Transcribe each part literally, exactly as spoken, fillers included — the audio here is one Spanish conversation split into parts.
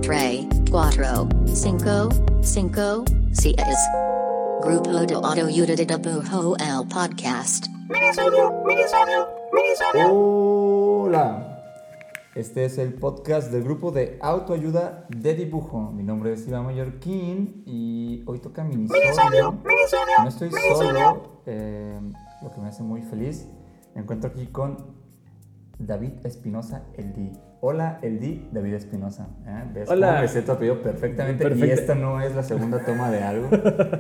tres, cuatro, cinco, cinco, seis. Grupo de Autoayuda de Dibujo el podcast. Minisodio, minisodio, minisodio. Hola, este es el podcast del grupo de autoayuda de dibujo. Mi nombre es Iván Mallorquín y hoy toca minisodio. Minisodio, minisodio, No estoy minisodio. solo, eh, lo que me hace muy feliz. Me encuentro aquí con David Espinosa, el D. Hola, el D, David Espinosa. ¿Eh? ¿Ves Hola. cómo me sé tu apellido perfectamente? Perfecto. Y esta no es la segunda toma de algo.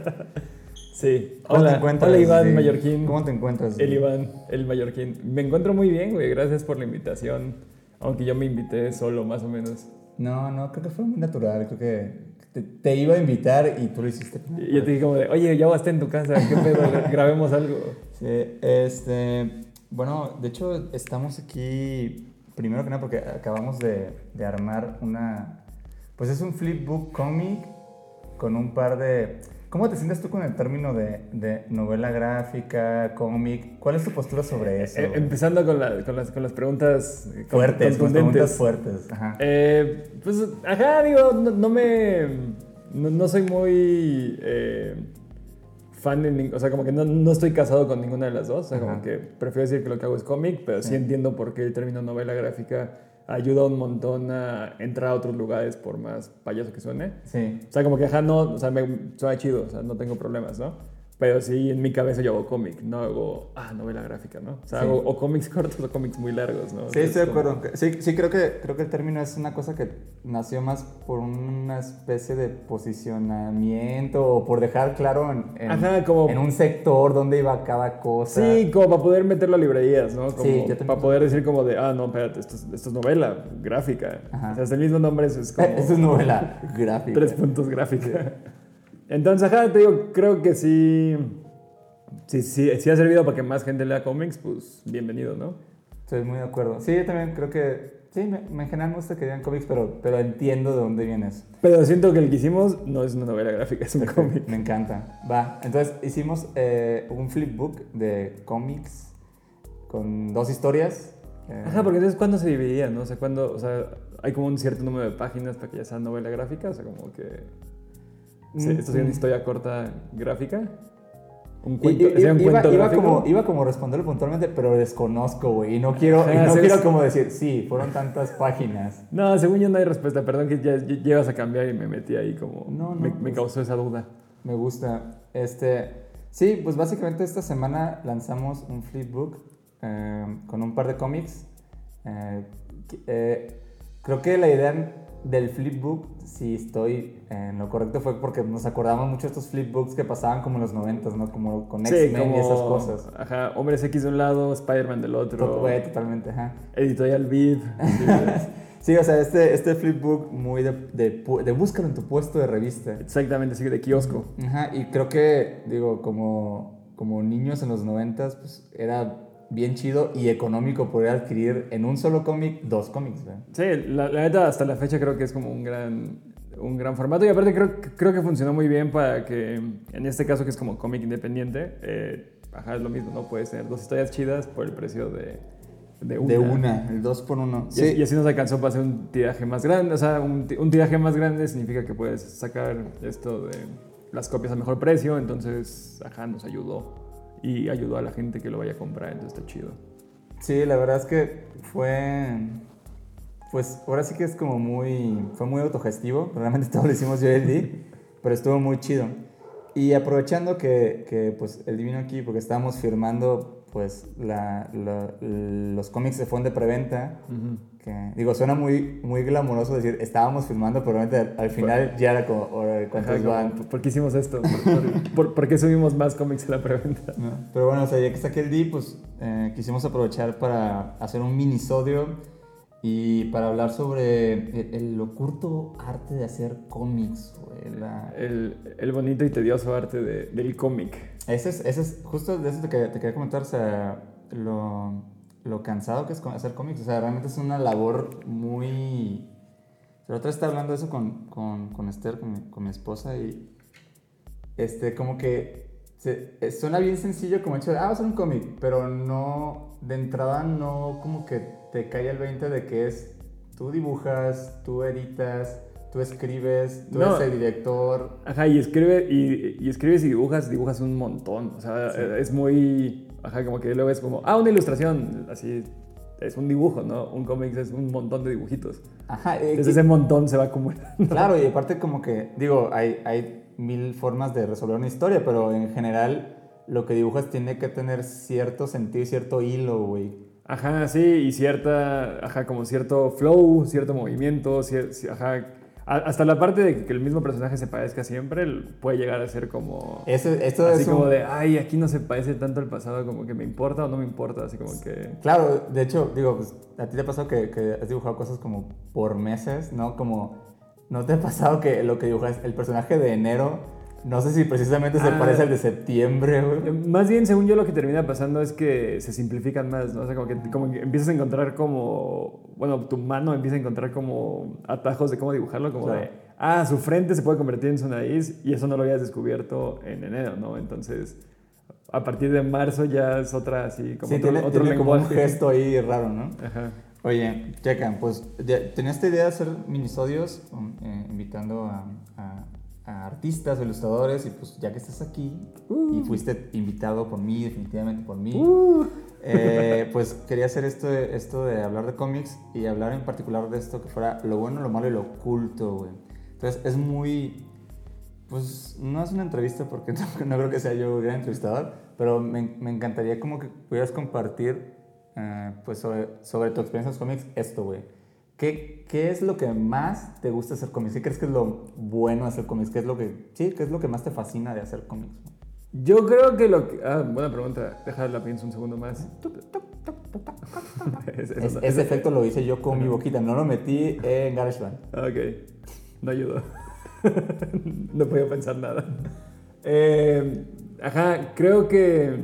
Sí. ¿Cómo Hola, te encuentras? hola Iván Sí. Mallorquín. ¿Cómo te encuentras? El Iván, el Mallorquín. Me encuentro muy bien, güey. Gracias por la invitación. Aunque yo me invité solo, más o menos. No, no, creo que fue muy natural. Creo que te, te iba a invitar y tú lo hiciste. Y yo te dije como de, oye, ya vas a estar en tu casa. ¿Qué pedo? Grabemos algo. Sí, este, bueno, de hecho estamos aquí, primero que nada porque acabamos de, de armar una, pues es un flipbook cómic con un par de, ¿cómo te sientes tú con el término de, de novela gráfica, cómic? ¿Cuál es tu postura sobre eso? Eh, empezando con, la- con, las, con las preguntas eh, con- Fuertes, con preguntas contundentes. fuertes. Ajá. Eh, pues, ajá, digo, no, no me. No, no soy muy. Eh, fan de. ning- O sea, como que no, no estoy casado con ninguna de las dos. O sea, Ajá. como que prefiero decir que lo que hago es cómic, pero sí. Sí. entiendo por qué el término novela gráfica ayuda un montón a entrar a otros lugares, por más payaso que suene. Sí. O sea, como que, ajá, no. O sea, me suena chido, o sea, no tengo problemas, ¿no? Pero sí, en mi cabeza yo hago cómic, no hago, ah, novela gráfica, ¿no? O sea, Sí. hago o cómics cortos o cómics muy largos, ¿no? O Sí, sea, estoy es de como- acuerdo. Sí, sí creo, que, creo que el término es una cosa que nació más por una especie de posicionamiento o por dejar claro en, en, Ajá, como- en un sector dónde iba cada cosa. Sí, como para poder meterlo a librerías, ¿no? Como Sí, yo también. para poder decir como de, ah, no, espérate, esto es, esto es novela gráfica. Ajá. O sea, es el mismo nombre, eso es como... Esto es novela gráfica. Tres puntos gráfica. Entonces, ajá, te digo, creo que sí, sí, sí, sí ha servido para que más gente lea cómics, pues bienvenido, ¿no? Estoy muy de acuerdo. Sí, yo también creo que... Sí, me, me en general me gusta que digan cómics, pero, pero entiendo de dónde vienes. Pero siento que el que hicimos no es una novela gráfica, es un cómic. Me encanta. Va, entonces hicimos eh, un flipbook de cómics con dos historias. eh, Ajá, porque entonces, ¿cuándo se dividía, no? O sea, ¿cuándo, o sea, hay como un cierto número de páginas para que ya sea novela gráfica? O sea, como que... Sí, ¿esto sería una historia corta gráfica? Un Y- cuento, y- ¿sería un iba, cuento iba gráfico? como, iba como a responderlo puntualmente, pero desconozco, güey. Y no quiero, y Ajá, no sí, quiero es- como decir, sí, fueron tantas páginas. No, según yo no hay respuesta. Perdón que ya ya llevas a cambiar y me metí ahí como... No, no, me, me pues- causó esa duda. Me gusta. Este, sí, pues básicamente esta semana lanzamos un flipbook eh, con un par de cómics. Eh, que- eh, creo que la idea del flipbook, si estoy en lo correcto, fue porque nos acordamos mucho de estos flipbooks que pasaban como en los noventas, ¿no? Como con X-Men y esas cosas. Ajá, Hombres X de un lado, Spider-Man del To- otro. Güey, totalmente, ajá. Editorial Vid. Sí, o sea, este, este flipbook muy de, de, pu- de búscalo en tu puesto de revista. Exactamente, sí, de kiosco. Ajá, y creo que, digo, como, como niños en los noventas, pues era bien chido y económico poder adquirir en un solo cómic dos cómics, ¿verdad? Sí, la, la neta, hasta la fecha creo que es como un gran, un gran formato. Y aparte creo, creo que funcionó muy bien para que, en este caso que es como cómic independiente, eh, ajá, es lo mismo, ¿no? Puedes tener dos historias chidas por el precio de, de una. De una, el dos por uno. Y, y así nos alcanzó para hacer un tiraje más grande. O sea, un, ti- un tiraje más grande significa que puedes sacar esto de las copias a mejor precio. Entonces, ajá, nos ayudó. Y ayudó a la gente que lo vaya a comprar. Entonces está chido. Sí, la verdad es que fue, pues ahora sí que es como muy, fue muy autogestivo, realmente todo lo hicimos yo y el D, pero estuvo muy chido. Y aprovechando que, que pues él vino aquí porque estábamos firmando pues la, la- los cómics se fueron de preventa, que digo, suena muy, muy glamoroso decir estábamos firmando, pero realmente al, al final ya era como, "Órale, ¿cuántos Ajá, como, van?". ¿por- ¿Por qué hicimos esto? ¿Por, por, por- por qué subimos más cómics a la preventa? ¿No? Pero bueno, o sea, ya que saqué el D, pues eh, quisimos aprovechar para hacer un minisodio y para hablar sobre el, el oculto arte de hacer cómics, güey, la- El, el bonito y tedioso arte de- del cómic. Ese es, ese es, justo de eso te, quería- te quería comentar, o sea, lo, lo cansado que es con- hacer cómics, o sea, realmente es una labor muy... La otra vez estaba hablando de eso con, con, con Esther, con mi, con mi esposa, y este, como que se, eh, suena bien sencillo como hecho de, ah, va a ser un cómic, pero no, de entrada no como que te cae el veinte de que es, tú dibujas, tú editas, tú tú escribes, tú No. eres el director. Ajá, y, escribe, y, y escribes y dibujas, dibujas un montón. O sea, Sí. es muy... Ajá, como que luego es como, ah, una ilustración. Así, es un dibujo, ¿no? Un cómic es un montón de dibujitos. Ajá, eh, Entonces ese montón se va acumulando. claro, y aparte como que, digo, hay, hay mil formas de resolver una historia, pero en general lo que dibujas tiene que tener cierto sentido y cierto hilo, güey. Ajá, sí, y cierta, ajá, como cierto flow, cierto movimiento, cier- ci- ajá, a- hasta la parte de que el mismo personaje se parezca siempre puede llegar a ser como, Ese, esto así es como un- de, ay, aquí no se parece tanto al pasado, como que me importa o no me importa, así como que, Claro, de hecho, digo, pues, a ti te ha pasado que, que has dibujado cosas como por meses, ¿no? Como, ¿no te ha pasado que lo que dibujas, el personaje de enero, no sé si precisamente se Ah. parece al de septiembre, Eh, güey? más bien, según yo, lo que termina pasando es que se simplifican más, ¿no? O sea, como que, como que empiezas a encontrar como, bueno, tu mano empieza a encontrar como atajos de cómo dibujarlo, como Claro. de, ah, su frente se puede convertir en su nariz y eso no lo habías descubierto en enero, ¿no? Entonces, a partir de marzo ya es otra, así, como Sí, otro, tiene, otro tiene como un lenguaje. gesto ahí raro, ¿no? Ajá. Oye, checan, pues ya- tenía esta idea de hacer minisodios um, eh, invitando a, a- a artistas o ilustradores y pues ya que estás aquí y fuiste invitado por mí, definitivamente por mí, eh, pues quería hacer esto de, esto de hablar de cómics y hablar en particular de esto que fuera lo bueno, lo malo y lo oculto, güey. Entonces es muy... Pues no es una entrevista porque no, no creo que sea yo gran entrevistador, pero me, me encantaría como que pudieras compartir eh, pues sobre, sobre tu experiencia en los cómics esto, güey. ¿Qué, ¿Qué es lo que más te gusta hacer cómics? ¿Qué crees que es lo bueno de hacer cómics? ¿Qué es lo que, sí, ¿qué es lo que más te fascina de hacer cómics? Yo creo que lo que... Ah, buena pregunta. Déjala, pienso un segundo más. Es- Es- eso- ese eso- efecto lo hice yo con mi boquita, no lo metí en GarageBand. Ok, no ayudó. No podía pensar nada. Eh, ajá, creo que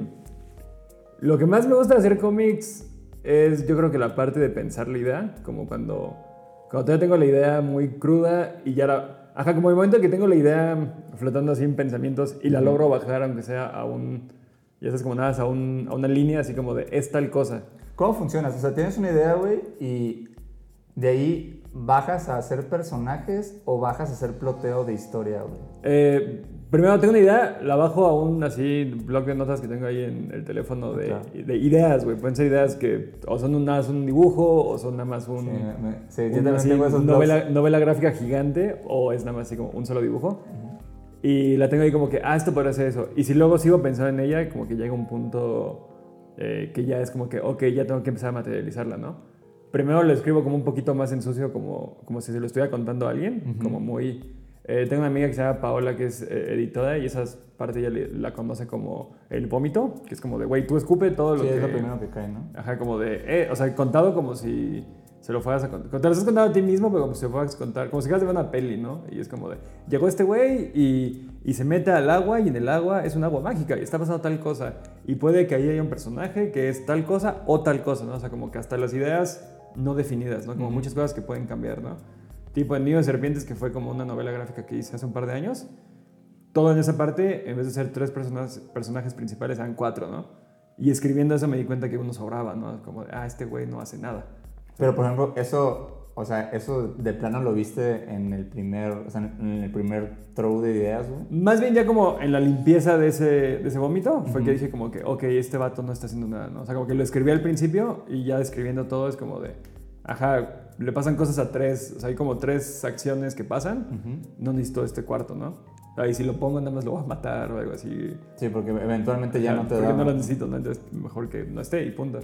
lo que más me gusta de hacer cómics es, yo creo que la parte de pensar la idea, como cuando, cuando todavía tengo la idea muy cruda y ya la... Ajá, como el momento que tengo la idea flotando así en pensamientos y la logro bajar, aunque sea a un... Ya sabes, como nada, a, un, a una línea así como de es tal cosa. ¿Cómo funcionas? O sea, tienes una idea, güey, y de ahí bajas a hacer personajes o bajas a hacer ploteo de historia, güey. Eh, primero tengo una idea, la bajo a un así blog de notas que tengo ahí en el teléfono de, Claro. de ideas, güey. Pueden ser ideas que o son un, nada más un dibujo o son nada más un, Sí, me- me- sí, yo un también así, tengo esos novela, blogs. novela gráfica gigante o es nada más así como un solo dibujo. Y la tengo ahí como que, ah, esto podría ser eso. Y si luego sigo pensando en ella, como que llega un punto eh, que ya es como que, ok, ya tengo que empezar a materializarla, ¿no? Primero lo escribo como un poquito más en sucio, como, como si se lo estuviera contando a alguien, como muy... Eh, tengo una amiga que se llama Paola, que es eh, editora, y esa parte ella le- la conoce como el vómito, que es como de, güey, tú escupe todo lo Sí, que... es lo primero que cae, ¿no? Ajá, como de, eh, o sea, contado como si se lo fueras a contar. Te lo estás contando a ti mismo, pero como si se lo fueras a contar, como si fueras de ver una peli, ¿no? Y es como de, llegó este güey y, y se mete al agua y en el agua es un agua mágica y está pasando tal cosa. Y puede que ahí haya un personaje que es tal cosa o tal cosa, ¿no? O sea, como que hasta las ideas no definidas, ¿no? Como Ujú. muchas cosas que pueden cambiar, ¿no? Tipo en Nido de Serpientes, que fue como una novela gráfica que hice hace un par de años. Todo en esa parte, en vez de ser tres personas, personajes principales, eran cuatro, ¿no? Y escribiendo eso me di cuenta que uno sobraba, ¿no? Como, de, ah, este güey no hace nada. Pero, por ejemplo, eso, o sea, eso de plano lo viste en el primer, o sea, en el primer throw de ideas, güey. Más bien ya como en la limpieza de ese, de ese vómito, fue Ujú. que dije como que, ok, este vato no está haciendo nada, ¿no? O sea, como que lo escribí al principio y ya escribiendo todo es como de, ajá, le pasan cosas a tres, o sea, hay como tres acciones que pasan, Ujú. no necesito este cuarto, ¿no? Ahí si lo pongo nada más lo voy a matar o algo así. Sí, porque eventualmente ya Ajá, no te porque da. no lo necesito, ¿no? Entonces mejor que no esté y punto.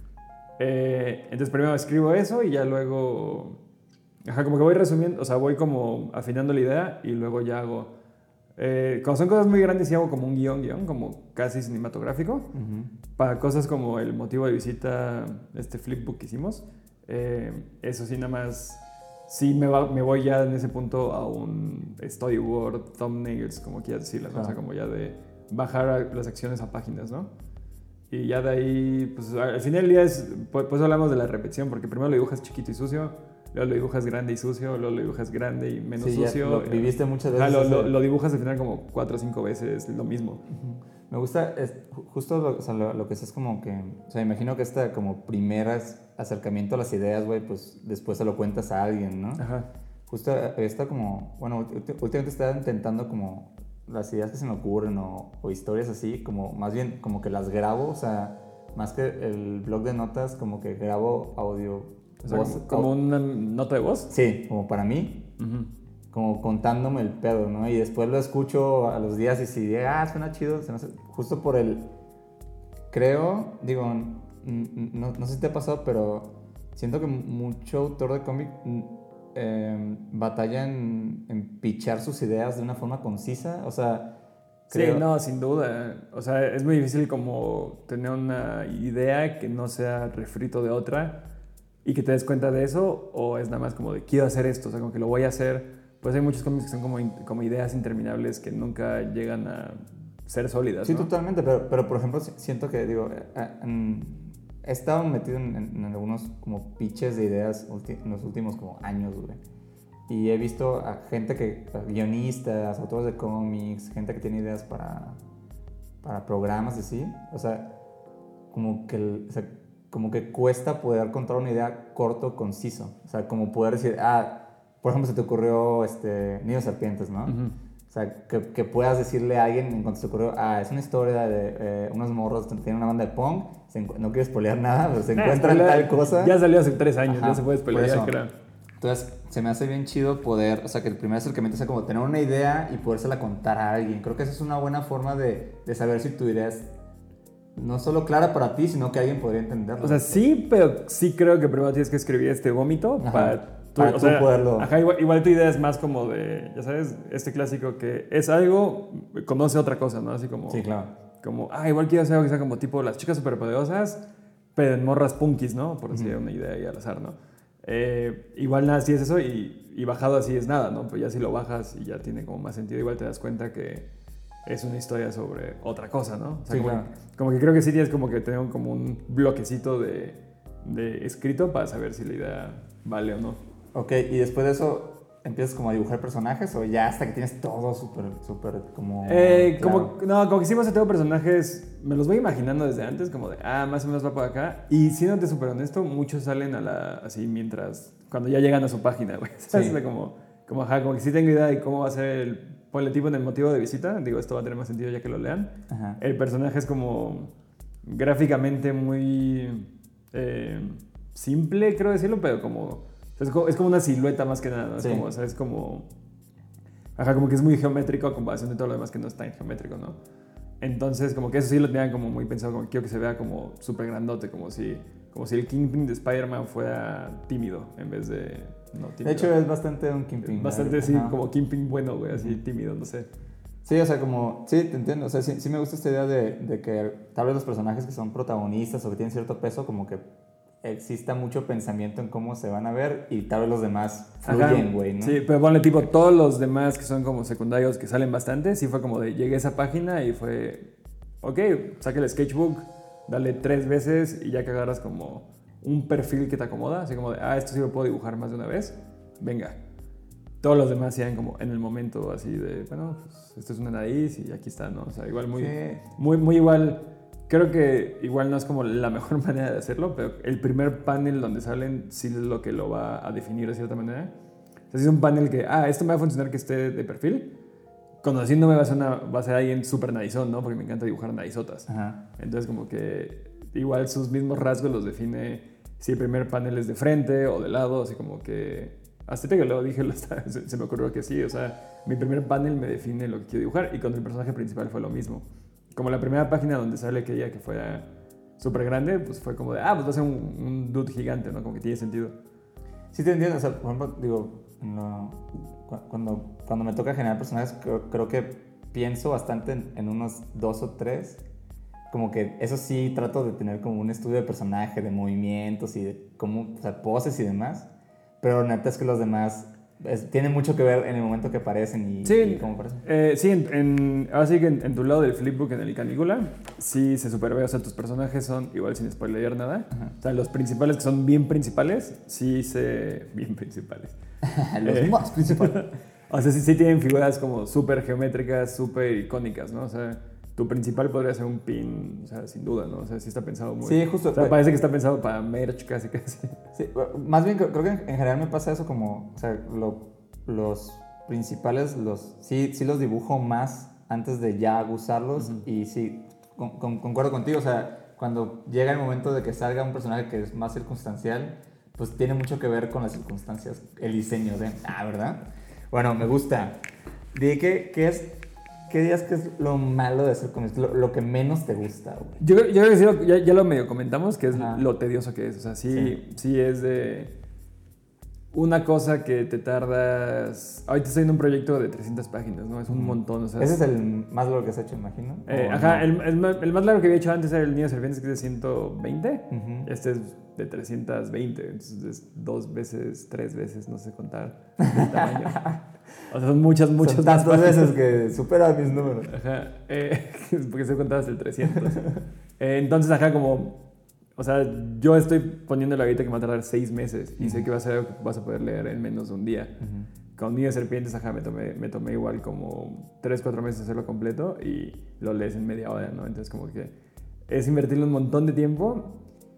Eh, entonces primero escribo eso y ya luego... Ajá, como que voy resumiendo, o sea, voy como afinando la idea y luego ya hago... Eh, cuando son cosas muy grandes sí hago como un guión, guión, como casi cinematográfico. Ujú. Para cosas como el motivo de visita, este flipbook que hicimos, eh, eso sí nada más... Sí me, va- me voy ya en ese punto a un storyboard, thumbnails, como quieras decirlo, ¿no? O sea, Claro. como ya de bajar a- las acciones a páginas, ¿no? Y ya de ahí, pues al final del día es, pues, pues hablamos de la repetición, porque primero lo dibujas chiquito y sucio, luego lo dibujas grande y sucio, luego lo dibujas grande y menos Sí, ya sucio. lo viviste muchas veces. Ajá, lo, lo- ese- lo dibujas al final como cuatro o cinco veces lo mismo. Ujú. Me gusta, es, ju- justo lo, o sea, lo, lo que es como que, o sea, imagino que este como primeras acercamiento a las ideas, güey, pues después se lo cuentas a alguien, ¿no? Ajá. justo he estado como, bueno, ulti- últimamente estaba intentando como las ideas que se me ocurren o, o historias así, como más bien como que las grabo, o sea, más que el blog de notas, como que grabo audio. O sea, voz, como, como au- una nota de voz. Sí, como para mí, Ujú. como contándome el pedo, ¿no? Y después lo escucho a los días y si, ah, suena chido, se me hace- justo por el, creo, digo, n- n- no, no sé si te ha pasado, pero siento que mucho autor de cómic mm, eh, batalla en, en pichar sus ideas de una forma concisa, o sea, creo... Sí, no, sin duda. O sea, es muy difícil como tener una idea que no sea refrito de otra y que te des cuenta de eso, o es nada más como de quiero hacer esto, o sea, como que lo voy a hacer. Pues hay muchos cómics que son como, in- como ideas interminables que nunca llegan a ser sólidas, Sí, ¿no? totalmente, pero, pero por ejemplo, si- siento que, digo, eh, eh, en- he estado metido en, en- en algunos como pitches de ideas ulti- en los últimos como años, güey. Y he visto a gente que, a guionistas, autores de cómics, gente que tiene ideas para, para programas así, o sea, como que, el- o sea, como que cuesta poder contar una idea corto, conciso. O sea, como poder decir, ah, por ejemplo, se te ocurrió este, Nidos Serpientes, ¿no? Ujú. O sea, que, que puedas decirle a alguien en cuanto se te ocurrió, ah, es una historia de eh, unos morros que tienen una banda de punk, se encu- no quiero spoilear nada, pero se Nah, encuentran spoiler, tal cosa. Ya salió hace tres años, Ajá, ya se puede por spoiler, eso. creo. Entonces, se me hace bien chido poder, o sea, que el primer acercamiento sea como tener una idea y podérsela contar a alguien. Creo que esa es una buena forma de, de saber si tu idea es no solo clara para ti, sino que alguien podría entenderla. O sea, sí, pero sí creo que primero tienes que escribir este vómito Ajá, para tú, para o tú sea, poderlo- Ajá, igual, igual tu idea es más como de, ya sabes, este clásico que es algo, conoce otra cosa, ¿no? Así como, Sí, claro. como, ah, igual quiero hacer algo que sea como tipo las chicas superpoderosas, pero en morras punkis, ¿no? Por decir una idea ahí al azar, ¿no? Eh, igual nada, sí es eso y, y bajado así es nada, ¿no? Pues ya si lo bajas y ya tiene como más sentido, igual te das cuenta que es una historia sobre otra cosa, ¿no? O sea, Sí, como, claro. que, como que creo que sí tienes como que tener un- como un bloquecito de, de escrito para saber si la idea vale o no. Ok, y después de eso, ¿empiezas como a dibujar personajes o ya hasta que tienes todo súper, súper como... Eh, claro? como, no, como que sí más tengo personajes, me los voy imaginando desde antes, como de, ah, más o menos va por acá. Y siéndote súper honesto, muchos salen a la, así mientras, cuando ya llegan a su página, güey. ¿Sabes? Sí. De como, como, ajá, como que sí tengo idea de cómo va a ser el, ponle tipo en el motivo de visita. Digo, esto va a tener más sentido ya que lo lean. Ajá. El personaje es como gráficamente muy eh, simple, creo decirlo, pero como, es como, es como una silueta más que nada, ¿no? Es Sí. como, o sea, es como... Ajá, como que es muy geométrico a comparación de todo lo demás que no es tan geométrico, ¿no? Entonces, como que eso sí lo tenían como muy pensado, como que quiero que se vea como súper grandote, como si, como si el Kingpin de Spider-Man fuera tímido en vez de no tímido. De hecho, es bastante un Kingpin. Bastante, Ajá. sí, como Kingpin bueno, güey, así tímido, no sé. Sí, o sea, como... Sí, te entiendo. O sea, sí, sí me gusta esta idea de, de que tal vez los personajes que son protagonistas o que tienen cierto peso, como que exista mucho pensamiento en cómo se van a ver y tal vez los demás Ajá, fluyen, güey, ¿no? Sí, pero ponle tipo todos los demás que son como secundarios que salen bastante, sí fue como de llegué a esa página y fue, ok, saca el sketchbook, dale tres veces y ya que agarras como un perfil que te acomoda, así como de, ah, esto sí lo puedo dibujar más de una vez, venga. Todos los demás sean como en el momento así de, bueno, pues esto es una nariz y aquí está, ¿no? O sea, igual muy, Sí. muy, muy igual. Creo que igual no es como la mejor manera de hacerlo, pero el primer panel donde salen sí es lo que lo va a definir de cierta manera. O sea, si es un panel que, ah, esto me va a funcionar que esté de perfil, conociéndome va a ser, una, va a ser alguien súper narizón, ¿no? Porque me encanta dibujar narizotas. Ajá. Entonces como que igual sus mismos rasgos los define si el primer panel es de frente o de lado, así como que... Hasta que lo dije, se, se me ocurrió que sí, o sea, mi primer panel me define lo que quiero dibujar y con el personaje principal fue lo mismo. Como la primera página donde sale quería que fuera súper grande, pues fue como de, ah, pues va a ser un, un dude gigante, ¿no? Como que tiene sentido. Sí te entiendo, o sea, por ejemplo, digo, no, cu- cuando, cuando me toca generar personajes, creo, creo que pienso bastante en, en unos dos o tres. Como que eso sí trato de tener como un estudio de personaje, de movimientos y de cómo, o sea, poses y demás. Pero neta es que los demás es, tienen mucho que ver en el momento que aparecen y, Sí, y cómo aparecen. eh, sí en, en, ahora sí que en, en tu lado del flipbook, en el Canícula, sí se super ve, o sea, tus personajes son, igual sin spoiler nada, Ajá. o sea, los principales que son bien principales, sí se... bien principales. Los Eh. más principales. O sea, sí, sí tienen figuras como súper geométricas, súper icónicas, ¿no? O sea, tu principal podría ser un pin, o sea, sin duda, ¿no? O sea, sí está pensado muy... Sí, justo. O sea, parece que está pensado para merch casi, casi. Sí, más bien creo creo que en en general me pasa eso como, o sea, lo los principales, los, sí, sí los dibujo más antes de ya usarlos. Uh-huh. Y sí, con, con, concuerdo contigo, o sea, cuando llega el momento de que salga un personaje que es más circunstancial, pues tiene mucho que ver con las circunstancias, el diseño de... Ah, ¿verdad? Bueno, me gusta. Di que, ¿qué es... ¿Qué dirías que es lo malo de hacer cómics? Lo, lo que menos te gusta, güey. Yo, yo creo que sí, lo, ya, ya lo medio comentamos, que es Ajá. lo tedioso que es. O sea, sí, sí. sí es de... Una cosa que te tardas... Ahorita estoy en un proyecto de trescientas páginas, ¿no? Es un montón, o sea... ¿Ese es el más largo que has hecho, imagino? Eh, ajá, no? el, el, el más largo que había hecho antes era el Niño de Serpientes, que es de ciento veinte. Uh-huh. Este es de trescientas veinte. Entonces es dos veces, tres veces, no sé contar el tamaño. O sea, son muchas, muchas son tantas veces que superan mis números. Ajá, eh, porque se contaba hasta el trescientos. eh, entonces, ajá, como... O sea, yo estoy poniendo la ahorita que me va a tardar seis meses y uh-huh. sé que va a ser algo que vas a poder leer en menos de un día. Uh-huh. Con Niño de Serpientes, ajá, me tomé, me tomé igual como tres, cuatro meses hacerlo completo y lo lees en media hora, ¿no? Entonces como que es invertirle un montón de tiempo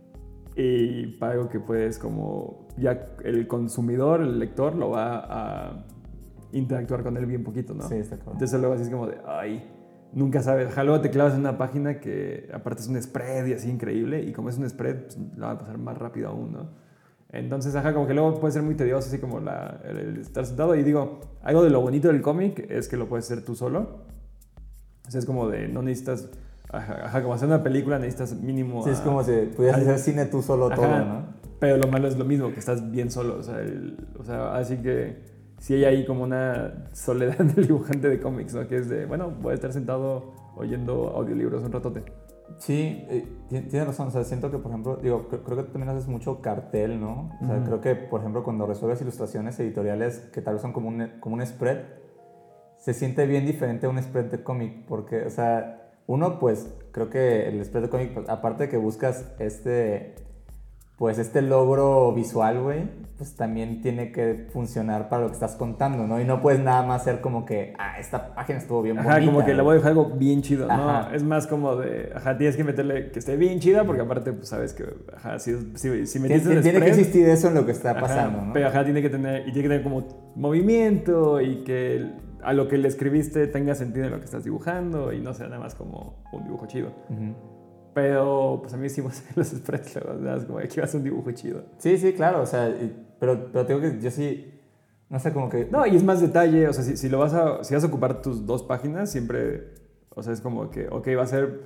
y para algo que puedes como... Ya el consumidor, el lector, lo va a interactuar con él bien poquito, ¿no? Sí, está claro. Entonces luego así es como de, ay... Nunca sabes, ajá, luego te clavas en una página que aparte es un spread y así increíble y como es un spread, pues la va a pasar más rápido aún, ¿no? Entonces, ajá, como que luego puede ser muy tedioso así como la, el, el estar sentado y digo, algo de lo bonito del cómic es que lo puedes hacer tú solo. O sea, es como de, no necesitas, ajá, ajá como hacer una película necesitas mínimo... Sí, es como si pudieras hacer cine tú solo ajá, todo, ¿no? Pero lo malo es lo mismo, que estás bien solo, o sea, el, o sea así que... Sí hay ahí como una soledad del dibujante de cómics, ¿no? Que es de, bueno, voy a estar sentado oyendo audiolibros un ratote. Sí, eh, tienes razón. O sea, siento que, por ejemplo, digo, creo, creo que también haces mucho cartel, ¿no? O sea, uh-huh. creo que, por ejemplo, cuando resuelves ilustraciones editoriales que tal vez son como un, como un spread, se siente bien diferente a un spread de cómic. Porque, o sea, uno, pues, creo que el spread de cómic, pues, aparte de que buscas este... Pues este logro visual, güey, pues también tiene que funcionar para lo que estás contando, ¿no? Y no puedes nada más ser como que, ah, esta página estuvo bien ajá, bonita. Como que le voy a dejar algo bien chido, ajá. ¿no? Es más como de, ajá, tienes que meterle que esté bien chida, porque aparte, pues sabes que, ajá, si, si, si metiste Tiene, tiene spread, que existir eso en lo que está pasando, ajá, ¿no? Pero, ajá, tiene que tener, y tiene que tener como movimiento y que a lo que le escribiste tenga sentido en lo que estás dibujando y no sea nada más como un dibujo chido. Uh-huh. Pero, pues a mí hicimos los spreads, ¿verdad? Como que iba a ser un dibujo chido. Sí, sí, claro, o sea, pero, pero tengo que yo sí, no sé, como que... No, y es más detalle, o sea, si, si lo vas a, si vas a ocupar tus dos páginas, siempre, o sea, es como que, ok, va a ser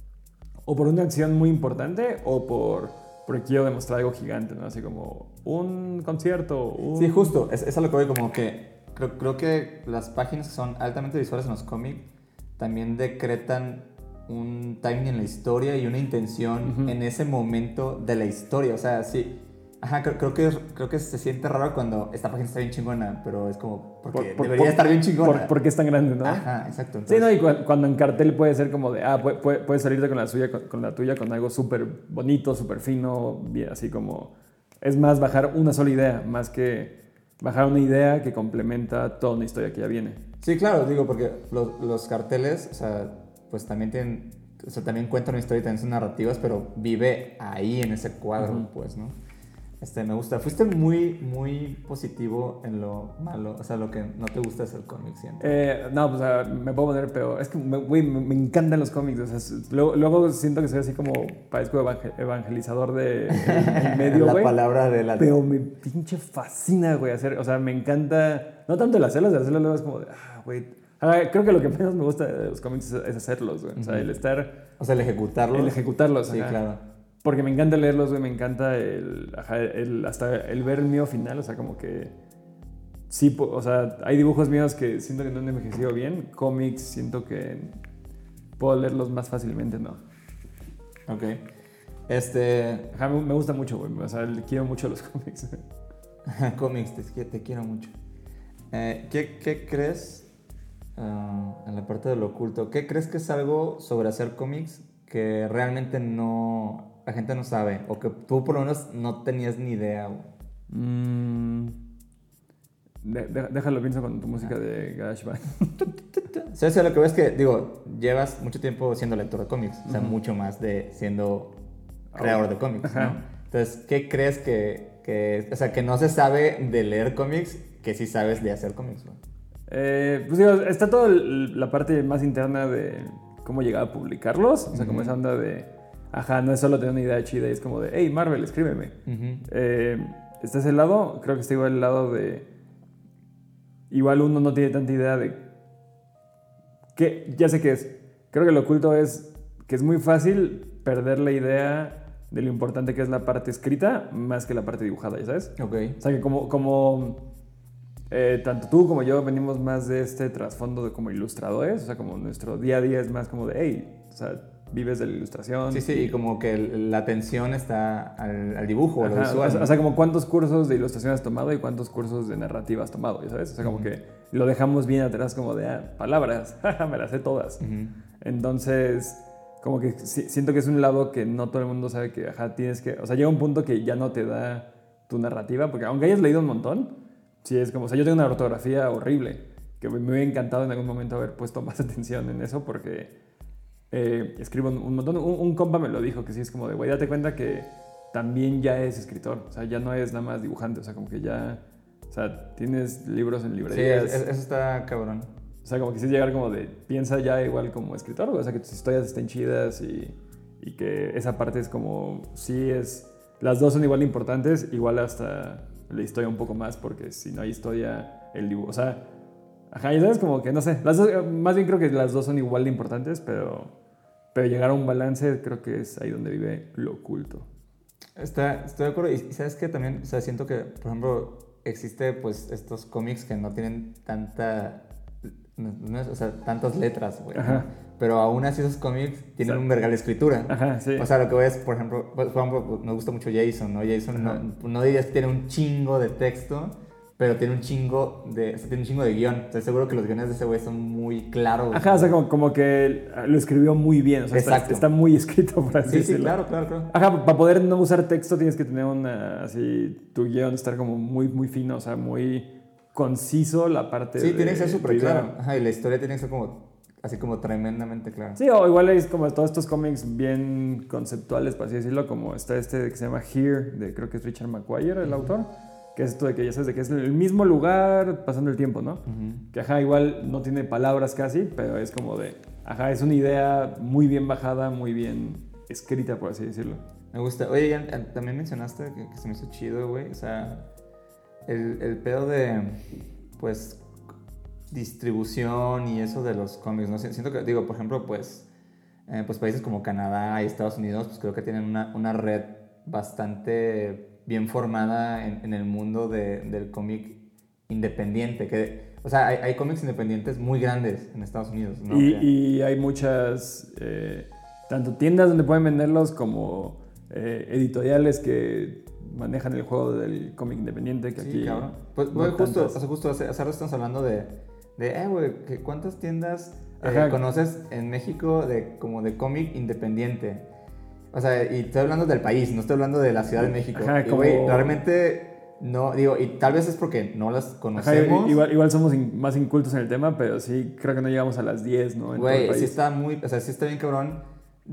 o por una acción muy importante o por, porque quiero demostrar algo gigante, ¿no? Así como un concierto, un... Sí, justo, es, es a lo que voy, como que creo, creo que las páginas que son altamente visuales en los cómics también decretan un timing en la historia y una intención uh-huh. en ese momento de la historia. O sea, sí. Ajá, creo, creo, que, creo que se siente raro cuando esta página está bien chingona, pero es como, porque por, por, debería por, estar bien chingona. Por, porque es tan grande, ¿no? Ajá, exacto. Entonces... Sí, no, y cu- cuando en cartel puede ser como de, ah, puedes puede, puede salirte con la, suya, con, con la tuya con algo súper bonito, súper fino, bien, así como... Es más bajar una sola idea, más que bajar una idea que complementa toda una historia que ya viene. Sí, claro, digo, porque los, los carteles, o sea... pues también tienen, o sea, también cuentan una historia y también son narrativas, pero vive ahí en ese cuadro, uh-huh. pues, ¿no? Este, me gusta. Fuiste muy, muy positivo en lo malo, o sea, lo que no te gusta es el cómic, siento. Eh, no, pues, o sea, me puedo poner peor. Es que, güey, me, me encantan los cómics, o sea, luego, luego siento que soy así como, parezco evangelizador de el medio, güey. La palabra de la... Pero me pinche fascina, güey, hacer, o sea, me encanta, no tanto el hacerlos, de hacerlos luego es como de, ah, güey... Creo que lo que menos me gusta de los cómics es hacerlos, güey. O sea, el estar... O sea, el ejecutarlos. El ejecutarlos, sí, ajá. claro. Porque me encanta leerlos, güey. Me encanta el, ajá, el... Hasta el ver el mío final, o sea, como que... Sí, o sea, hay dibujos míos que siento que no han envejecido bien. Cómics, siento que puedo leerlos más fácilmente, ¿no? Ok. Este... Ajá, me, me gusta mucho, güey. O sea, quiero mucho los cómics. Cómics, te, te quiero mucho. Eh, ¿qué, ¿Qué crees... Uh, en la parte de lo oculto, ¿qué crees que es algo sobre hacer cómics que realmente no la gente no sabe o que tú por lo menos no tenías ni idea? Mm, de, de, déjalo, pienso con tu música ah. de GarageBand. ¿Sabes? Lo que veo es que, digo, llevas mucho tiempo siendo lector de cómics, uh-huh. o sea, mucho más de siendo creador oh. de cómics, uh-huh. ¿no? Entonces, ¿qué crees que, que, o sea, que no se sabe de leer cómics que sí sabes de hacer cómics, güey. Eh, pues digo, está toda la parte más interna de cómo llegar a publicarlos. O sea, uh-huh. como esa onda de, ajá, no es solo tener una idea chida y es como de, hey, Marvel, escríbeme. Uh-huh. Eh, está ese lado, creo que está igual el lado de, igual uno no tiene tanta idea de, que ya sé qué es. Creo que lo oculto es que es muy fácil perder la idea de lo importante que es la parte escrita más que la parte dibujada, ¿ya sabes? Ok. O sea, que como... como Eh, tanto tú como yo venimos más de este trasfondo de como ilustradores, o sea, como nuestro día a día es más como de, hey, o sea, vives de la ilustración. Sí, sí, y como que la atención está al, al dibujo, Ajá, a lo visual. O sea, o sea, como cuántos cursos de ilustración has tomado y cuántos cursos de narrativa has tomado, ¿ya sabes? O sea, como uh-huh. que lo dejamos bien atrás como de, ah, palabras, me las sé todas. Uh-huh. Entonces, como que siento que es un lado que no todo el mundo sabe que, ajá, tienes que, o sea, llega un punto que ya no te da tu narrativa, porque aunque hayas leído un montón, sí, es como, o sea, yo tengo una ortografía horrible, que me hubiera encantado en algún momento haber puesto más atención en eso, porque eh, escribo un montón. Un, un compa me lo dijo, que sí es como de, güey, date cuenta que también ya es escritor, o sea, ya no es nada más dibujante, o sea, como que ya, o sea, tienes libros en librerías. Sí, es, eso está cabrón. O sea, como que sí es llegar como de, piensa ya igual como escritor, o sea, que tus historias estén chidas y, y que esa parte es como, sí es, las dos son igual de importantes, igual hasta la historia un poco más, porque si no hay historia, el dibujo, o sea, ajá, y sabes, como que, no sé, las dos, más bien creo que las dos son igual de importantes, pero, pero llegar a un balance creo que es ahí donde vive lo oculto. Está, estoy de acuerdo, y, y sabes que también, o sea, siento que, por ejemplo, existe pues estos cómics que no tienen tanta, no, no es, o sea, tantas letras, güey, ¿no? Pero aún así esos cómics tienen, o sea, un vergal de escritura. Ajá, sí. O sea, lo que ves, por ejemplo, por ejemplo, nos gusta mucho Jason, ¿no? Jason no, no dirías que tiene un chingo de texto, pero tiene un chingo de, o sea, tiene un chingo de guión. Estoy seguro que los guiones de ese güey son muy claros. Ajá, o sea, como, como que lo escribió muy bien. O sea, está, está muy escrito, por así sí, decirlo. Sí, claro, claro, claro. Ajá, para poder no usar texto tienes que tener una, así, tu guión estar como muy, muy fino, o sea, muy conciso la parte sí, de... Sí, tiene que ser súper claro. Ajá, y la historia tiene que ser como... así como tremendamente claro. Sí, o igual es como todos estos cómics bien conceptuales, por así decirlo, como está este que se llama Here, de creo que es Richard McGuire, el uh-huh. autor, que es esto de que ya sabes de que es el mismo lugar pasando el tiempo, ¿no? Uh-huh. Que ajá, igual no tiene palabras casi, pero es como de, ajá, es una idea muy bien bajada, muy bien escrita, por así decirlo. Me gusta. Oye, ya, también mencionaste que, que se me hizo chido, güey, o sea, el, el pedo de, pues... distribución y eso de los cómics, ¿no? Siento que, digo, por ejemplo, pues, eh, pues países como Canadá y Estados Unidos, pues creo que tienen una, una red bastante bien formada en, en el mundo de, del cómic independiente, que, o sea, hay, hay cómics independientes muy grandes en Estados Unidos, ¿no? Y, que... y hay muchas, eh, tanto tiendas donde pueden venderlos como eh, editoriales que manejan el juego del cómic independiente, que sí, aquí... cabrón. Pues, no justo, o sea, justo hace, hace rato estamos hablando de... De, eh, güey, ¿cuántas tiendas eh, conoces en México de, como de cómic independiente? O sea, y estoy hablando del país, no estoy hablando de la Ciudad de México. Ajá, y, como... güey, realmente no, digo, y tal vez es porque no las conocemos. Ajá, igual, igual somos in, más incultos en el tema, pero sí, creo que no llegamos a las diez, ¿no? Güey, sí está muy, o sea, sí está bien cabrón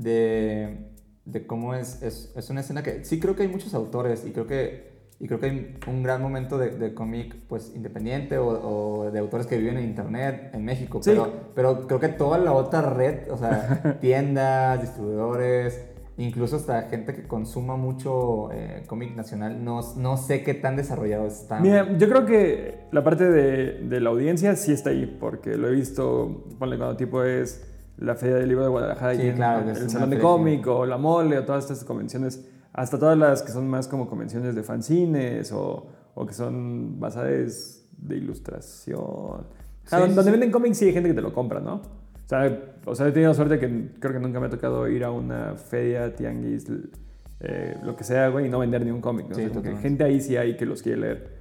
de, de cómo es, es, es una escena que, sí creo que hay muchos autores y creo que... Y creo que hay un gran momento de, de cómic pues, independiente o, o de autores que viven en internet en México. Sí. Pero, pero creo que toda la otra red, o sea, tiendas, distribuidores, incluso hasta gente que consuma mucho eh, cómic nacional, no, no sé qué tan desarrollado está. Mira, yo creo que la parte de, de la audiencia sí está ahí, porque lo he visto, ponle cuando tipo es la Feria del Libro de Guadalajara, sí, y claro, el, el Salón de Cómic o la Mole o todas estas convenciones. Hasta todas las que son más como convenciones de fanzines o, o que son basadas de ilustración. Sí, ah, sí, donde sí. venden cómics sí hay gente que te lo compra, ¿no? O sea, o sea, he tenido suerte que creo que nunca me ha tocado ir a una feria, tianguis, eh, lo que sea, güey, y no vender ni un cómic, ¿no? Sí, o sea, que gente ahí sí hay que los quiere leer.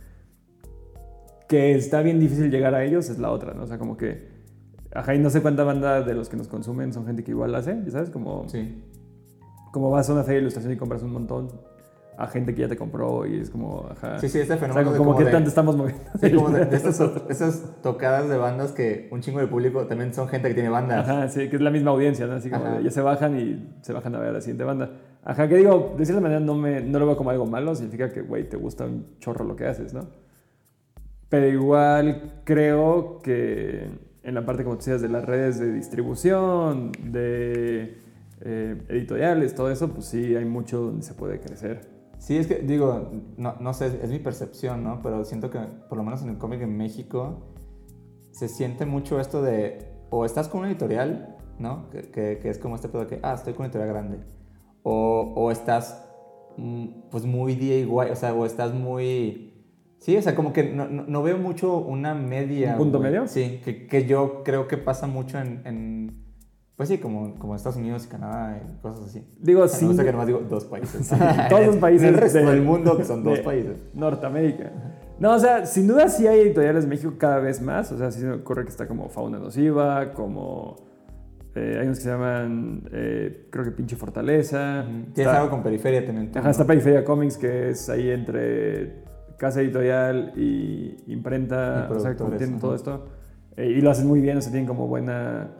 Que está bien difícil llegar a ellos es la otra, ¿no? O sea, como que... Ajá, y no sé cuánta banda de los que nos consumen son gente que igual hace, ¿sabes? Como... Sí. Como vas a una feria de ilustración y compras un montón a gente que ya te compró y es como, ajá. Sí, sí, este fenómeno. O sea, como, como que de, tanto estamos moviendo. Sí, como de, de esas, esas tocadas de bandas que un chingo de público también son gente que tiene bandas. Ajá, sí, que es la misma audiencia, ¿no? Así como de, ya se bajan y se bajan a ver a la siguiente banda. Ajá, que digo, de cierta manera no, me, no lo veo como algo malo, significa que, güey, te gusta un chorro lo que haces, ¿no? Pero igual creo que en la parte, como tú decías, de las redes de distribución, de eh, editoriales, todo eso, pues sí hay mucho donde se puede crecer. Sí, es que digo, no, no sé, es mi percepción, ¿no? Pero siento que por lo menos en el cómic en México se siente mucho esto de, o estás con una editorial, ¿no? Que, que, que es como este pedo de que, ah, estoy con una editorial grande. O, o estás, mm, pues, muy D I Y, o sea, o estás muy... Sí, o sea, como que no, no, no veo mucho una media... ¿Un punto güey. medio? Sí, que, que yo creo que pasa mucho en... en pues sí, como, como Estados Unidos y Canadá y cosas así. Digo, O sea, sí. me gusta que nomás digo dos países. Sí, todos los países. En el resto de- del mundo que son dos de países. Norteamérica. No, o sea, sin duda sí hay editoriales en México cada vez más. O sea, sí se me ocurre que está como Fauna Nociva, como... eh, hay unos que se llaman, eh, creo que Pinche Fortaleza. Tienes Está- algo con Periferia también. tú, Ajá, ¿no? está Periferia Comics, que es ahí entre casa editorial y imprenta, Y o sea, como productores, tienen ajá. todo esto. Eh, y lo hacen muy bien, o sea, tienen como buena,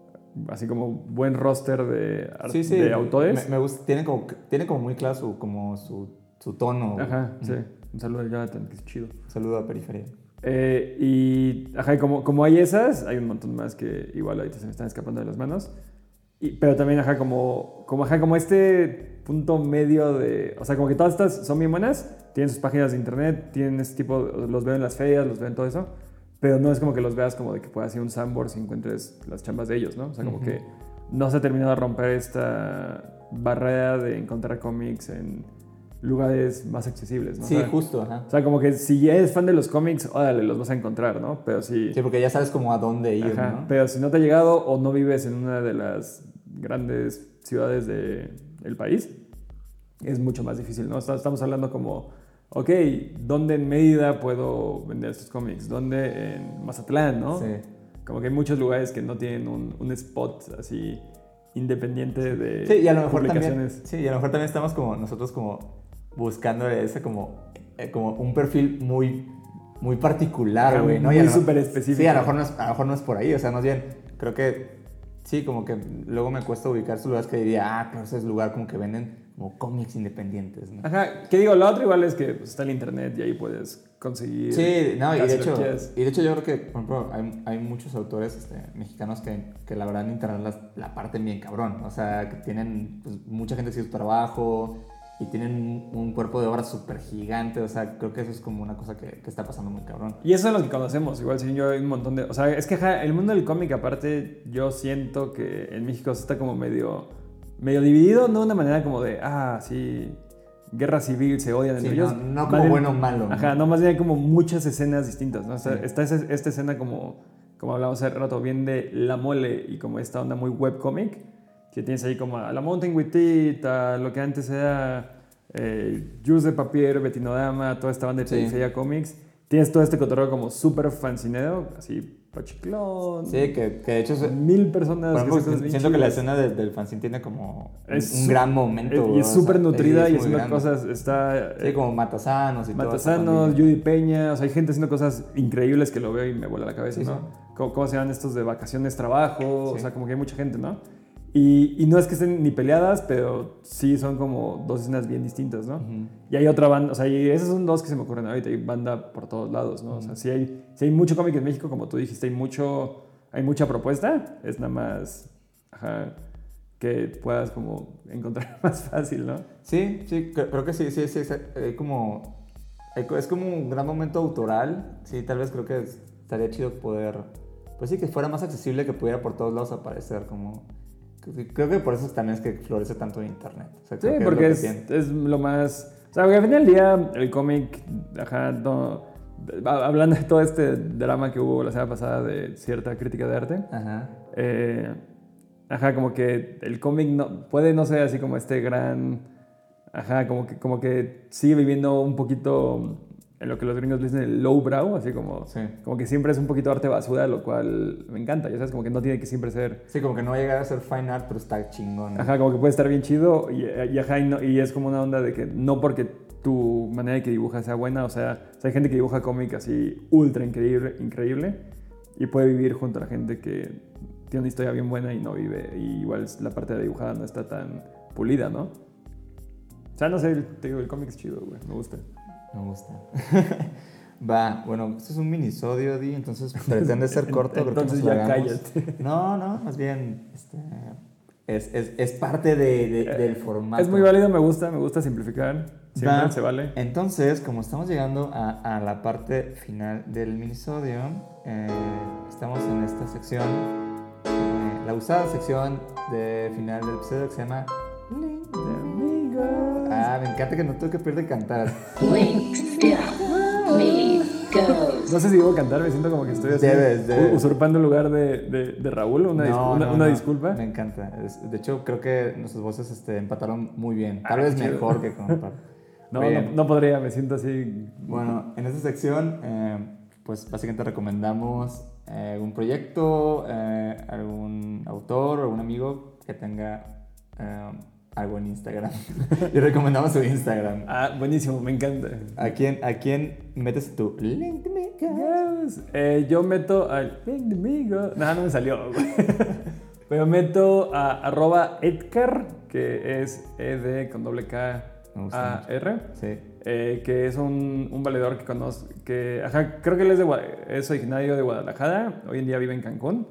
así como buen roster de, ar- Sí, sí. de autores. Me, me gusta. Tiene como, tiene como muy claro su, como su, su tono. Ajá, Ujú. sí. Un saludo a Jonathan, que es chido. Un saludo a Periferia. Eh, y, ajá, y como, como hay esas, hay un montón más que igual ahorita se me están escapando de las manos. Y, pero también, ajá, como, como, ajá, como este punto medio de... O sea, como que todas estas son bien buenas, tienen sus páginas de internet, tienen este tipo... Los veo en las ferias, los veo en todo eso, pero no es como que los veas como de que puedas ir a un Sandbox y encuentres las chambas de ellos, ¿no? O sea, como Ujú. que no se ha terminado de romper esta barrera de encontrar cómics en lugares más accesibles, ¿no? Sí, O sea, justo, ajá. o sea, como que si eres fan de los cómics, órale, los vas a encontrar, ¿no? Pero si... Sí, porque ya sabes como a dónde ir, Ajá, ¿no? pero si no te ha llegado o no vives en una de las grandes ciudades del país, es mucho más difícil, ¿no? Está- Estamos hablando como, ok, ¿dónde en Mérida puedo vender estos cómics? ¿Dónde en Mazatlán, no? Sí. Como que hay muchos lugares que no tienen un, un spot así independiente de Sí, y a lo mejor también, publicaciones. sí, y a lo mejor también estamos como nosotros como buscando ese como, eh, como un perfil muy, muy particular, Ajá, güey, ¿no? muy Y a lo- súper específico. Sí, a lo, mejor no es, a lo mejor no es por ahí, o sea, más bien, creo que sí, como que luego me cuesta ubicar sus lugares que diría, ah, pero ese es lugar como que venden como cómics independientes, ¿no? Ajá, que digo, lo otro igual es que pues, está el internet y ahí puedes conseguir. Sí, no, y casi de, lo hecho, que quieras. y de hecho yo creo que, por ejemplo, hay, hay muchos autores este, mexicanos que, que la verdad en internet las- la parten bien cabrón. O sea, que tienen, pues, mucha gente haciendo su trabajo y tienen un, un cuerpo de obra súper gigante. O sea, creo que eso es como una cosa que, que está pasando muy cabrón. Y eso es lo que conocemos, igual sí, yo hay un montón de... O sea, es que ajá, el mundo del cómic aparte, yo siento que en México está como medio, medio dividido, no de una manera como de, ah, sí, guerra civil, se odian Sí, entre no, ellos. no Más como bien- bueno o malo. ¿no? Ajá, no, más bien hay como muchas escenas distintas, ¿no? O sea, Sí. está esa- esta escena como, como hablamos hace rato, bien de La Mole y como esta onda muy webcomic, que tienes ahí como a La Mountain with It, a lo que antes era eh, Juice de Papier, Betinodama, toda esta banda de Sí. Periferia Comics. Tienes todo este cotorreo como súper fancinero, así Pachiclón. Sí, que, que de hecho... es- Mil personas. por ejemplo, que hacen cosas bien siento que la chidas. escena de- del fanzine tiene como un, Es un su- gran momento. es- güey, y es o súper sea, nutrida es y muy haciendo grande. cosas. Está. Sí, como Matasanos y todo. Matasanos, Judy Peña, o sea, hay gente haciendo cosas increíbles que lo veo y me vuela la cabeza, Sí, ¿no? sí. ¿Cómo, cómo se llaman estos de vacaciones, trabajo? O Sí. sea, como que hay mucha gente, ¿no? Y, y no es que estén ni peleadas, pero sí son como dos escenas bien distintas, ¿no? Ujú. Y hay otra banda, o sea, y esas son dos que se me ocurren ahorita, hay banda por todos lados, ¿no? O sea, sí hay, sí hay mucho cómic en México, como tú dijiste, hay, mucho, hay mucha propuesta, es nada más, ajá, que puedas como encontrar más fácil, ¿no? Sí, sí, cre- creo que sí, sí, sí, sí, hay como, hay co- es como un gran momento autoral, sí, tal vez creo que es- estaría chido poder, pues sí, que fuera más accesible, que pudiera por todos lados aparecer, como, que- creo que por eso también es que florece tanto en internet. O sea, Sí, creo que porque lo que es, tiene. es lo más... O sea, porque al final del día el cómic, ajá, no, hablando de todo este drama que hubo la semana pasada de cierta crítica de arte, Ajá. eh, ajá, como que el cómic no, puede no ser así como este gran... Ajá, como que, como que sigue viviendo un poquito en lo que los gringos dicen el lowbrow, así como, Sí. como que siempre es un poquito arte basura, lo cual me encanta, ya sabes, como que no tiene que siempre ser... Sí, como que no va a llegar a ser fine art, pero está chingón. Ajá, como que puede estar bien chido y, y, ajá, y, no- y es como una onda de que no porque tu manera de que dibujas sea buena, o sea, o sea, hay gente que dibuja cómic así ultra increíble, increíble y puede vivir junto a la gente que tiene una historia bien buena y no vive, y igual la parte de dibujada no está tan pulida, ¿no? O sea, no sé, el, te digo, el cómic es chido, güey, me gusta. Me gusta. Va, bueno, esto es un minisodio, Di, entonces pretende ser corto. creo que Entonces nos lo ya hagamos. cállate. No, no, más bien, este, es, es, es parte de, de- del formato. Es muy válido, me gusta, me gusta simplificar. Siempre Va. se vale. Entonces, como estamos llegando a, a la parte final del minisodio, eh, estamos en esta sección, eh, la usada sección de final del episodio que se llama Link de Amigos. Ah, me encanta que no tuve que perder cantar. Links de Amigos. No sé si debo cantar, me siento como que estoy así, Debes, debes. usurpando el lugar de, de, de Raúl. Una, No, discu- una, no, una no, disculpa. Me encanta. Es- de hecho, creo que nuestras voces este, empataron muy bien. Tal Ah, vez chido. mejor que con Pablo. No, Muy no, bien. no podría, me siento así. Bueno, en esta sección, eh, pues básicamente recomendamos eh, algún proyecto, eh, algún autor o algún amigo que tenga eh, algo en Instagram. Y recomendamos su Instagram. Ah, buenísimo, me encanta. ¿A quién, a quién metes tu link de mi casa? Yes. Eh, yo meto al link de amigo. No, no me salió, güey. Pero meto a arroba Edgar, que es E D con doble K Me gusta A R. Sí. Eh, que es un, un valedor que conozco, que, ajá, creo que él es, de, Gua- es originario de Guadalajara, hoy en día vive en Cancún,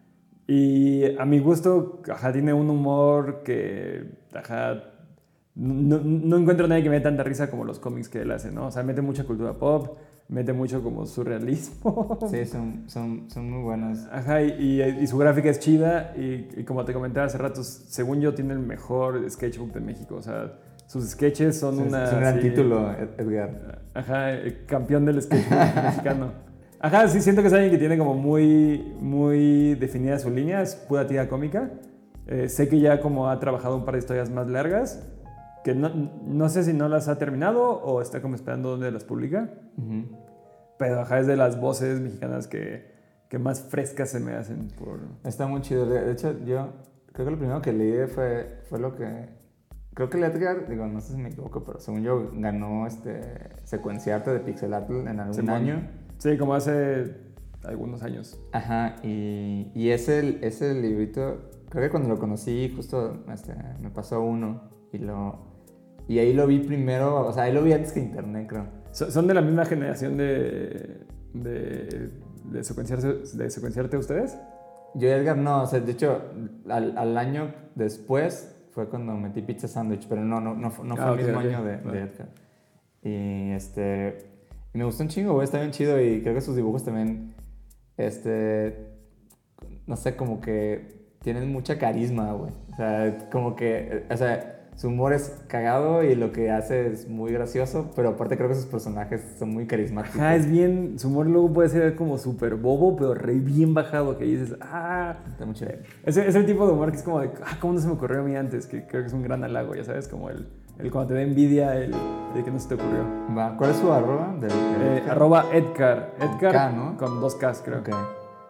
y a mi gusto, ajá, tiene un humor que, ajá, no, no encuentro a nadie que me dé tanta risa como los cómics que él hace, ¿no? O sea, mete mucha cultura pop, mete mucho como surrealismo. Sí, son, son, son muy buenos. Ajá, y, y- y su gráfica es chida, y, y como te comentaba hace rato, según yo, tiene el mejor sketchbook de México, o sea, sus sketches son Es, una... es un gran sí, título, Ed- Edgar. Ajá, eh, campeón del sketchbook mexicano. Ajá, sí, siento que es alguien que tiene como muy, muy definida su línea, es pura tira cómica. Eh, sé que ya como ha trabajado un par de historias más largas, que no, no sé si no las ha terminado o está como esperando dónde las publica, Ujú. pero ajá, es de las voces mexicanas que, que más frescas se me hacen por... Está muy chido. De de hecho, yo creo que lo primero que leí fue, fue lo que... Creo que el Edgar, digo, no sé si me equivoco, pero según yo ganó este secuenciarte de pixel art en algún Simón. año. Sí, como hace algunos años. Ajá, y, y ese, ese librito, creo que cuando lo conocí, justo este, me pasó uno y lo... Y ahí lo vi primero, o sea, ahí lo vi antes que internet, creo. So- ¿Son de la misma generación de, de, de, secuenciarse, de secuenciarte ustedes? Yo y Edgar no, o sea, de hecho, al, al año después fue cuando metí Pizza Sandwich, pero no, no, no, fu- no fue Ah, el ok, mismo ok. año de, de Vale. Edgar. Y este, y me gustó un chingo, güey, está bien chido y creo que sus dibujos también, este, no sé, como que tienen mucha carisma, güey. O sea, como que, o sea, su humor es cagado y lo que hace es muy gracioso, pero aparte creo que sus personajes son muy carismáticos. Ajá, es bien, su humor luego puede ser como súper bobo, pero re bien bajado, que dices, ah, Está muy chido. es, es el tipo de humor que es como de, ah, ¿cómo no se me ocurrió a mí antes? Que creo que es un gran halago, ya sabes, como el, el cuando te da envidia, el, el que no se te ocurrió. Va, ¿cuál es su arroba? Del, del Eh, Edgar? arroba Edgar, Edgar K, ¿no? con dos Ks, creo. Ok.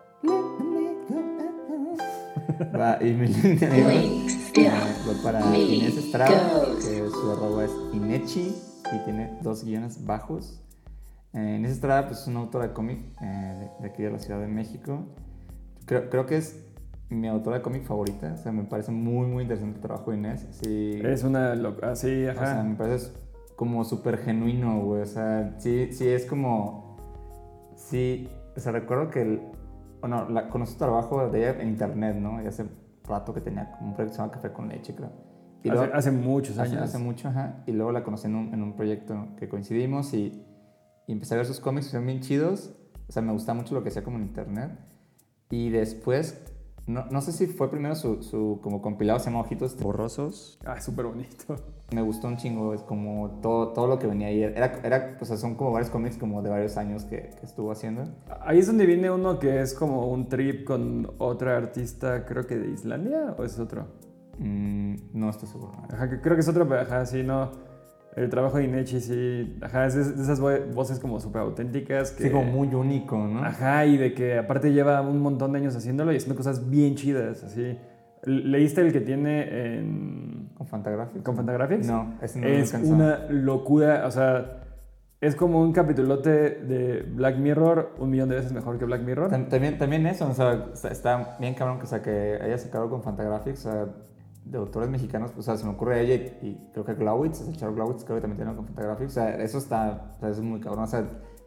Va, y mi link de amigos Links de eh, va para Inés Estrada, Amigos. que su arroba es Inechi y tiene dos guiones bajos. Eh, Inés Estrada pues, es una autora de cómic eh, de, de aquí de la Ciudad de México. Creo, creo que es mi autora de cómic favorita. O sea, me parece muy, muy interesante el trabajo de Inés. Sí, Es una loca, así, o ajá. sea, me parece como súper genuino, güey. O sea, sí, sí es como... Sí, o sea, recuerdo que... El, bueno, la, conocí su trabajo de ella en internet, ¿no? Y hace rato que tenía como un proyecto que se llama Café con Leche, creo. Y hace, luego- hace muchos hace, años. hace mucho, ajá. Y luego la conocí en un, en un proyecto que coincidimos y, y empecé a ver sus cómics, son bien chidos. O sea, me gusta mucho lo que hacía como en internet. Y después, no, no sé si fue primero su, su como compilado, se llama Ojitos Borrosos. Ah, súper bonito. Me gustó un chingo, es como todo, todo lo que venía ahí. Era, era, o sea, son como varios cómics como de varios años que, que estuvo haciendo. Ahí es donde viene uno que es como un trip con otra artista, creo que de Islandia, ¿o es otro? Mm, no estoy seguro. Ajá, que creo que es otro, pero ajá, sí, no. El trabajo de Inechi, sí, ajá, es de, de esas vo- voces como súper auténticas. Que, Sí, como muy único, ¿no? Ajá, y de que aparte lleva un montón de años haciéndolo y haciendo cosas bien chidas, así. ¿Leíste el que tiene en... ¿Con Fantagraphics? con Fantagraphics? No, ese no lo Es alcanzó. una locura, o sea, es como un capitulote de Black Mirror un millón de veces mejor que Black Mirror. Tam- También, también eso, o sea, está- está bien cabrón que, o sea, que haya sacado con Fantagraphics, o sea, de autores mexicanos, o sea, se me ocurre a ella y, y creo que Glowitz, o sea, Charo Glowitz, creo que también tiene con Fantagraphics, o sea, eso está, o sea, eso es muy cabrón, o sea,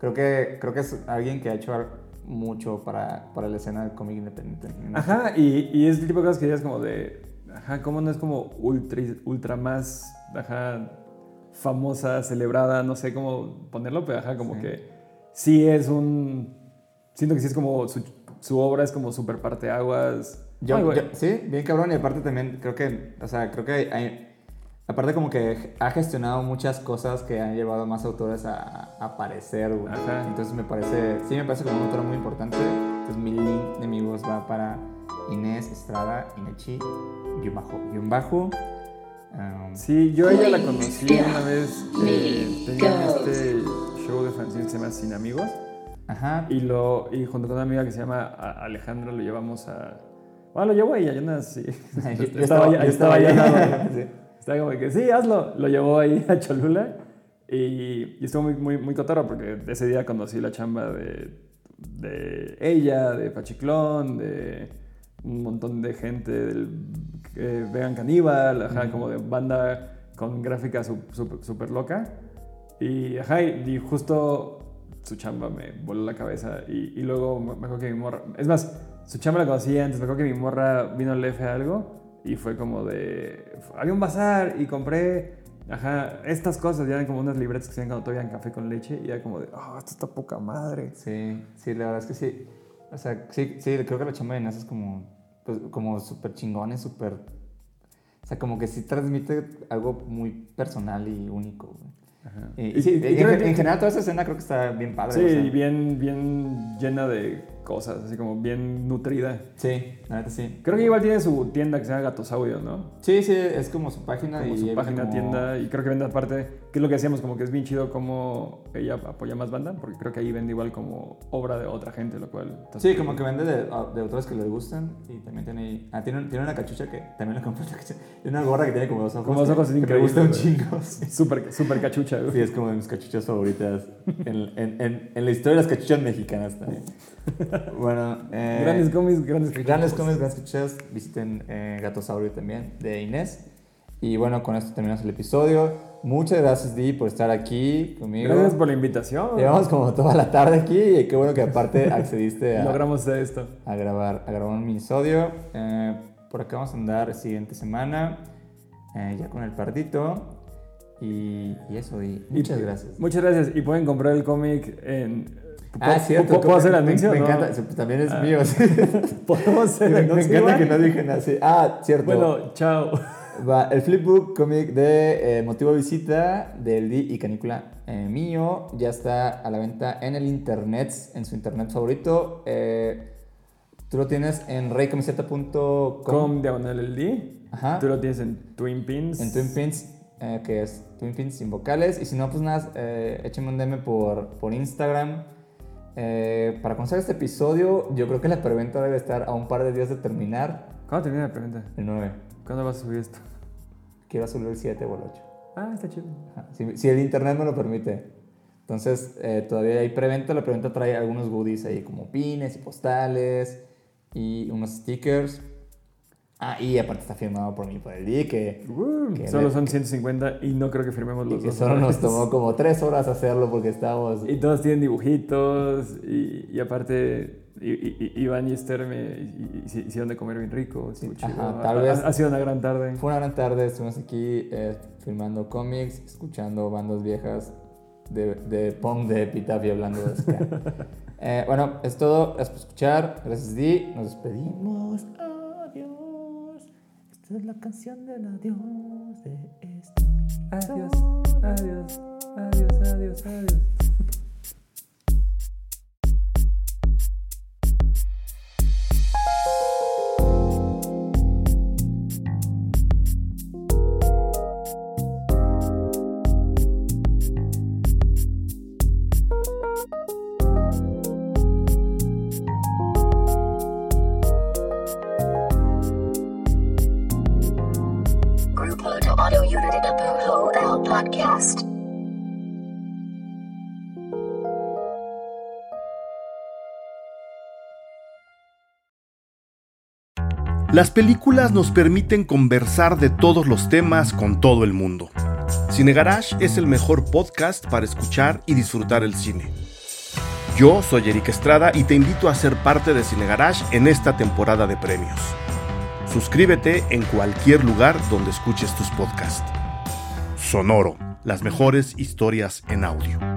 creo que, creo que es alguien que ha hecho mucho para, para la escena del cómic independiente. Ajá, y, y es el tipo de cosas que ya es como de, ajá, ¿cómo no es como ultra, ultra más, ajá, famosa, celebrada, no sé cómo ponerlo, pero ajá, como sí. que sí es un, siento que sí es como, su, su obra es como súper parteaguas. Yo, Ay, yo, sí, bien cabrón, y aparte también creo que, o sea, creo que hay, hay aparte como que ha gestionado muchas cosas que han llevado a más autores a, a aparecer, güey. Ajá. Entonces me parece, sí me parece como un autor muy importante. Entonces mi link de mi voz va para Inés Estrada, Inechi, guión bajo, guión bajo. Um, sí, yo a ella la conocí una vez, eh, tenía este show de fanzines que se llama Sin Amigos. Ajá. Y, lo, y junto con una amiga que se llama Alejandra lo llevamos a... Bueno, lo llevó ella, yo no sé. yo, yo estaba, estaba, yo estaba allá. Sí. Estaba como que, sí, hazlo. Lo llevó ahí a Cholula y, y estuvo muy, muy, muy cotorro porque ese día conocí la chamba de, de ella, de Pachiclón, de un montón de gente del eh, Vegan Caníbal, ajá, mm. como de banda con gráfica súper super loca. Y, ajá, y justo su chamba me voló la cabeza y, y luego me acuerdo que mi morra... Es más, su chamba la conocí antes, me acuerdo que mi morra vino al F a algo y fue como de... Había un bazar y compré, ajá, estas cosas, ya eran como unas libretas que se ven cuando todavía en café con leche y era como de, oh, esto está poca madre. Sí, sí, la verdad es que sí. O sea, sí, sí creo que la chamba de Inés es como, pues, como súper chingón, es súper... O sea, como que sí transmite algo muy personal y único, güey. Ajá. Y, y, sí, y en, en, en general toda esa escena creo que está bien padre. Sí, o sea. bien, bien llena de cosas, así como bien nutrida. Sí, la neta sí. Creo que igual tiene su tienda que se llama Gatosaurio, ¿no? Sí, sí, es como su página. Como y su página, como... tienda, y creo que vende aparte, que es lo que decíamos, como que es bien chido como ella apoya más banda, porque creo que ahí vende igual como obra de otra gente, lo cual... Sí, como que vende de, de autores que les gustan, y también tiene ahí... Ah, tiene, tiene una cachucha que también la compré, tiene una gorra que tiene como dos ojos. Como dos ojos, que, que me gusta un chingo. Sí. Súper, súper cachucha, güey. Sí, es como de mis cachuchas favoritas en, en, en, en la historia de las cachuchas mexicanas también. Bueno, eh, grandes cómics, grandes cachuchas. Grandes cómics, grandes cachuchas. Visiten eh, Gatosaurio también, de Inés. Y bueno, con esto terminamos el episodio. Muchas gracias, Di, por estar aquí conmigo. Gracias por la invitación. Llevamos como toda la tarde aquí y qué bueno que aparte accediste a... Logramos hacer esto. A grabar, a grabar un minisodio. Eh, por acá vamos a andar la siguiente semana, eh, ya con el pardito. Y, y eso, Di. Muchas y, gracias. Muchas gracias. Y pueden comprar el cómic en... Ah, cierto. ¿Puedo hacer el anuncio? Me, me ¿no? encanta, pues también es ah. mío. Sí. ¿Podemos hacer el anuncio? Me encanta que no dije nada así. Ah, cierto. Bueno, chao. Va, el flipbook cómic de eh, Motivo de Visita del Di y Canícula eh, mío ya está a la venta en el internet, en su internet favorito. Eh, tú lo tienes en rey camiseta punto com. Com diagonal el Di. Ajá. Tú lo tienes en Twin Pins. En Twin Pins, eh, que es Twin Pins sin vocales. Y si no, pues nada, eh, échame un D M por, por Instagram. Eh, para conocer este episodio, yo creo que la preventa debe estar a un par de días de terminar. ¿Cuándo termina la preventa? El nueve. ¿Cuándo vas a subir esto? Quiero subir el siete o el ocho. Ah, está chido. Si, si el internet me lo permite. Entonces, eh, todavía hay preventa. La preventa trae algunos goodies ahí, como pines y postales y unos stickers. Ah, y aparte está firmado por mí, por el Di, que... Uh, que solo le, son ciento cincuenta y no creo que firmemos los y que dos. solo nos tomó como tres horas hacerlo porque estábamos... Y todos tienen dibujitos y, y aparte y, y, y Iván y Esther me hicieron de comer bien rico. Sí, ajá, tal vez ha, ha sido una gran tarde. Fue una gran tarde, estuvimos aquí eh, filmando cómics, escuchando bandas viejas de, de punk de Epitaph y hablando de ska. eh, bueno, es todo, gracias por escuchar, gracias Di, nos despedimos. Esta es la canción del adiós de este. Adiós, adiós, adiós, adiós, adiós. Audio Unit W O L Podcast. Las películas nos permiten conversar de todos los temas con todo el mundo. Cine Garage es el mejor podcast para escuchar y disfrutar el cine. Yo soy Eric Estrada y te invito a ser parte de Cine Garage en esta temporada de premios. Suscríbete en cualquier lugar donde escuches tus podcasts. Sonoro, las mejores historias en audio.